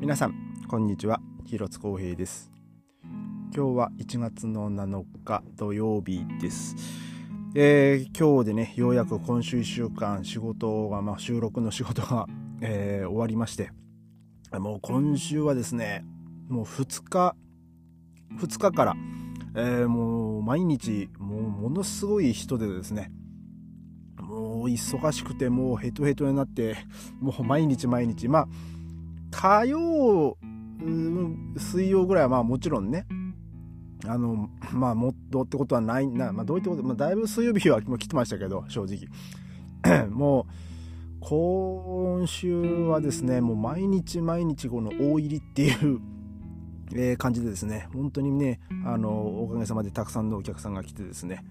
皆さんこんにちは、広津光平です。今日は1月の7日土曜日です。今日でね、ようやく今週1週間仕事が、収録の仕事が、終わりまして、もう今週はですね、もう2日から、もう毎日ものすごい人でですね、もう忙しくてもうヘトヘトになって、もう毎日火曜、水曜ぐらいはもちろんね、もっとってことはないな、どういったこと、だいぶ水曜日はもう来てましたけど、正直もう今週はですね、もう毎日この大入りっていう感じでですね、本当にね、おかげさまでたくさんのお客さんが来てですね、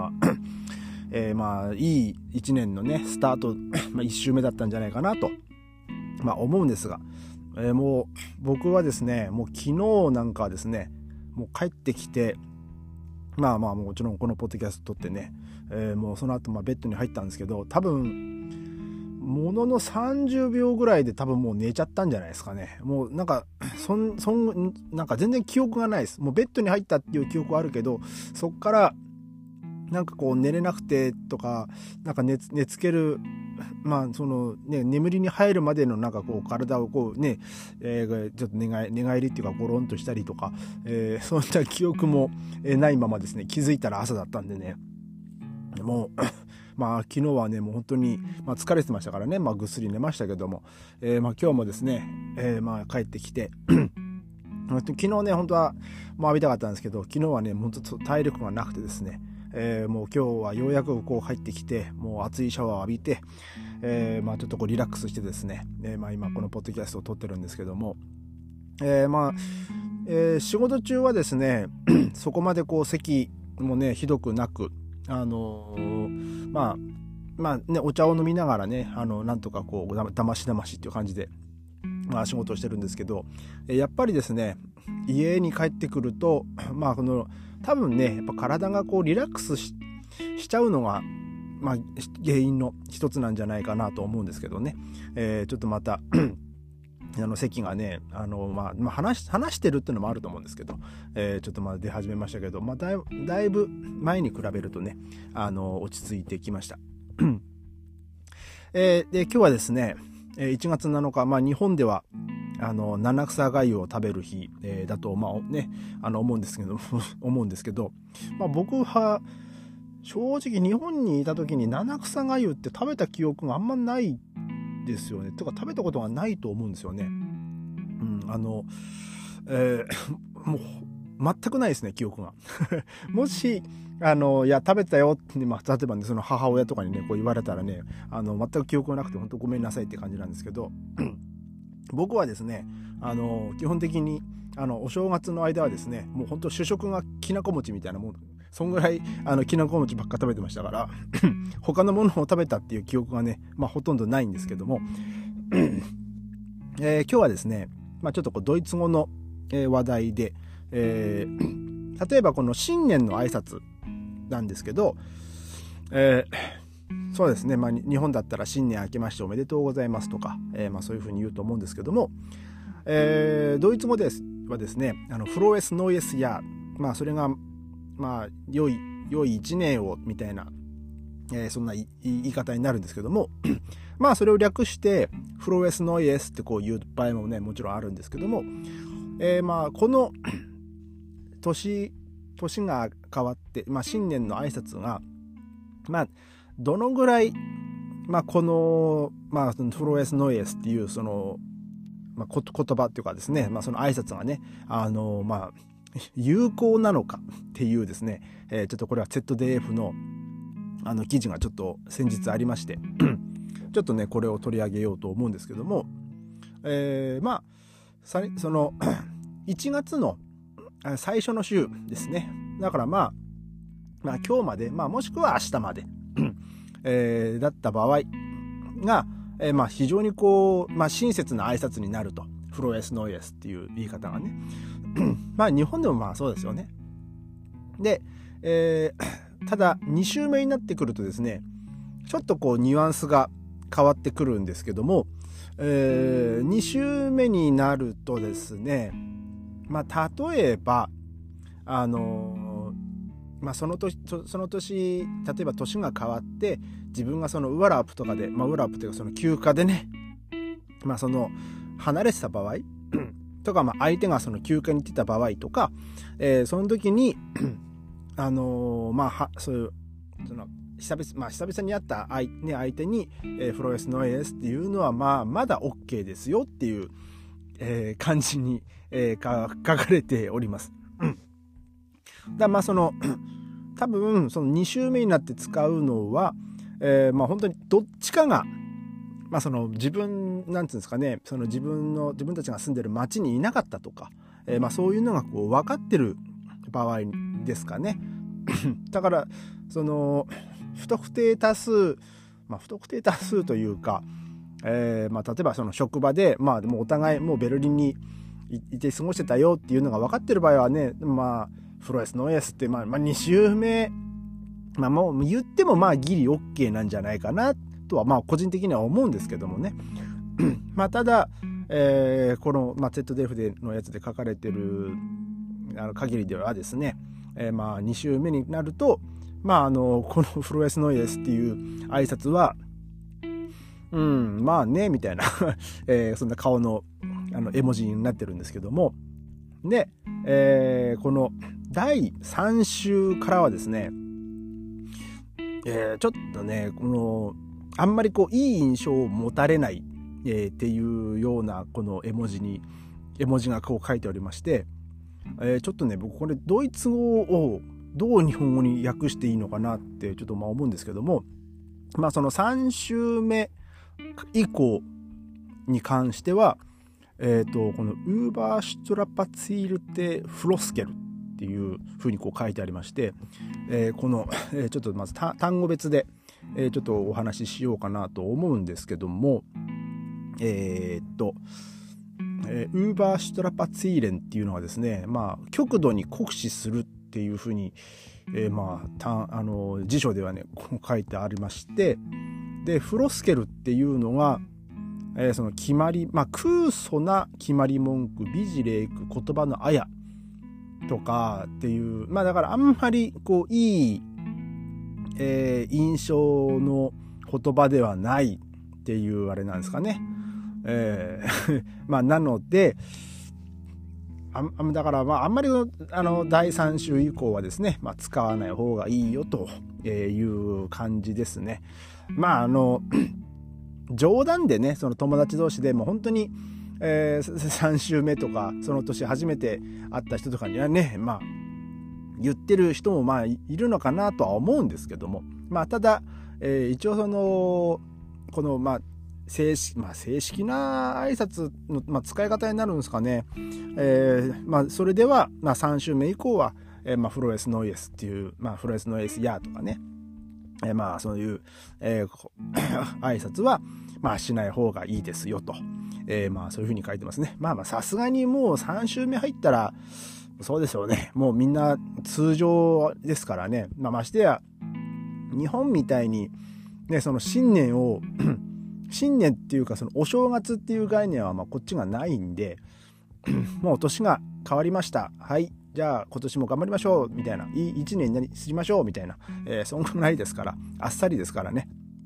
いい1年のねスタート1週目だったんじゃないかなと、思うんですが、もう僕はですね、もう昨日なんかはですね、もう帰ってきて、もちろんこのポッドキャスト撮ってね、もうその後ベッドに入ったんですけど、多分ものの30秒ぐらいで多分もう寝ちゃったんじゃないですかね。もうなんかなんか全然記憶がないです。もうベッドに入ったっていう記憶はあるけど、そっからなんかこう寝れなくてとか、なんか寝つける、眠りに入るまでのなんかこう体をこうね、ちょっと寝返りっていうかゴロンとしたりとか、そういった記憶もないままですね、気づいたら朝だったんでね、もう昨日はね、もう本当に、疲れてましたからね、ぐっすり寝ましたけども、今日もですね、帰ってきて昨日ね、本当は浴びたかったんですけど、昨日はね、本当体力がなくてですね、もう今日はようやくこう入ってきて、もう熱いシャワーを浴びて、ちょっとこうリラックスしてですね、今このポッドキャストを撮ってるんですけども、仕事中はですねそこまでこう咳もねひどくなく、お茶を飲みながらね、なんとかこうだましっていう感じで仕事をしてるんですけど、やっぱりですね、家に帰ってくるとこの多分ね、やっぱ体がこうリラックス しちゃうのが、原因の一つなんじゃないかなと思うんですけどね、ちょっとまた咳がね、話してるっていうのもあると思うんですけど、ちょっと出始めましたけど、だいぶ前に比べるとね、落ち着いてきましたで今日はですね、1月7日、日本では七草がゆを食べる日、だと思うんですけど僕は正直日本にいた時に七草がゆって食べた記憶があんまないですよね。とか食べたことがないと思うんですよね。もう全くないですね、記憶がもしいや食べたよって、例えばね、その母親とかにねこう言われたらね、全く記憶がなくて本当ごめんなさいって感じなんですけど僕はですね、基本的にお正月の間はですね、もう本当主食がきなこ餅みたいなもん、そんぐらいきなこ餅ばっか食べてましたから他のものを食べたっていう記憶がね、ほとんどないんですけども今日はですね、ちょっとこうドイツ語の話題で、例えばこの新年の挨拶なんですけど、そうですね、日本だったら新年明けましておめでとうございますとか、そういうふうに言うと思うんですけども、ドイツ語はですね、フロエスノイエスヤー、それが良い一年をみたいな、そんな言い方になるんですけどもそれを略してフロエスノイエスってこう言う場合もねもちろんあるんですけども、この年が変わって、新年の挨拶がどのぐらい、この、フロエスノイエスっていうその、言葉っていうかですね、その挨拶がね、有効なのかっていうですね、ちょっとこれは ZDF の記事がちょっと先日ありましてちょっとねこれを取り上げようと思うんですけども、その1月の最初の週ですね。だから今日まで、もしくは明日までだった場合が、非常にこう、親切な挨拶になると。フロエスノイエスっていう言い方がね日本でもそうですよね。で、ただ2週目になってくるとですね、ちょっとこうニュアンスが変わってくるんですけども、2週目になるとですね、例えばその年例えば年が変わって自分がそのウーラップとかで、ウーラップというかその休暇でね、その離れてた場合とか、相手がその休暇に行ってた場合とか、その時にそういうその久々に会った相手に、フロエスノエスっていうのはまだ OK ですよっていう、感じに、書かれております。その多分その2週目になって使うのは、本当にどっちかが、その自分なんていうんですかね、その自分たちが住んでる町にいなかったとか、そういうのがこう分かってる場合ですかね。だからその不特定多数というか、例えばその職場でもうお互いもうベルリンにいて過ごしてたよっていうのが分かってる場合はね、フロエスノエスって2週目、もう言ってもギリ OK なんじゃないかなとは個人的には思うんですけどもね。ただ、この、ZDF でのやつで書かれてる限りではですね、2週目になると、このフロエスノイエスっていう挨拶はみたいな、そんな顔の絵文字になってるんですけども、で、この第3週からはですね、ちょっとねあんまりいい印象を持たれない、っていうようなこの絵文字がこう書いておりまして、ちょっとね僕これドイツ語をどう日本語に訳していいのかなってちょっと思うんですけども、その3週目以降に関しては、このウーバーシュトラパツィルテフロスケルっていうふうにこう書いてありまして、この、ちょっとまず単語別で、ちょっとお話ししようかなと思うんですけども、ウーバーシュトラパツィーレンっていうのはですね、極度に酷使するっていうふうに、辞書ではねこう書いてありまして、でフロスケルっていうのが、その決まり、空疎な決まり文句、美辞麗句、言葉のあやとかっていう、だからあんまりこういい、印象の言葉ではないっていうあれなんですかね。なのでだからあんまり第3週以降はですね、使わない方がいいよという感じですね。冗談でねその友達同士でも本当に、3週目とかその年初めて会った人とかにはね言ってる人もいるのかなとは思うんですけども、ただ、一応そのこの正式な挨拶の、使い方になるんですかね。それでは、3週目以降は、フロエスノイエスっていう、フロエスノイエスやとかね、そういう、挨拶は、しない方がいいですよと、そういうふうに書いてますね。さすがにもう3週目入ったらそうですよね。もうみんな通常ですからね。ましてや日本みたいにね、その新年っていうかそのお正月っていう概念はこっちがないんでもう年が変わりました、はいじゃあ今年も頑張りましょうみたいな、いい一年にしましょうみたいな、そんなないですから、あっさりですからね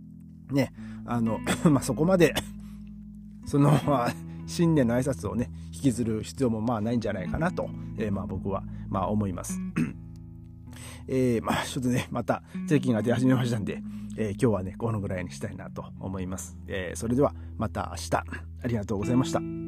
そこまでその新年の挨拶をね引きずる必要もないんじゃないかなと、僕は思いますちょっとねまた席が出始めましたんで、今日はねこのぐらいにしたいなと思います。それではまた明日、ありがとうございました。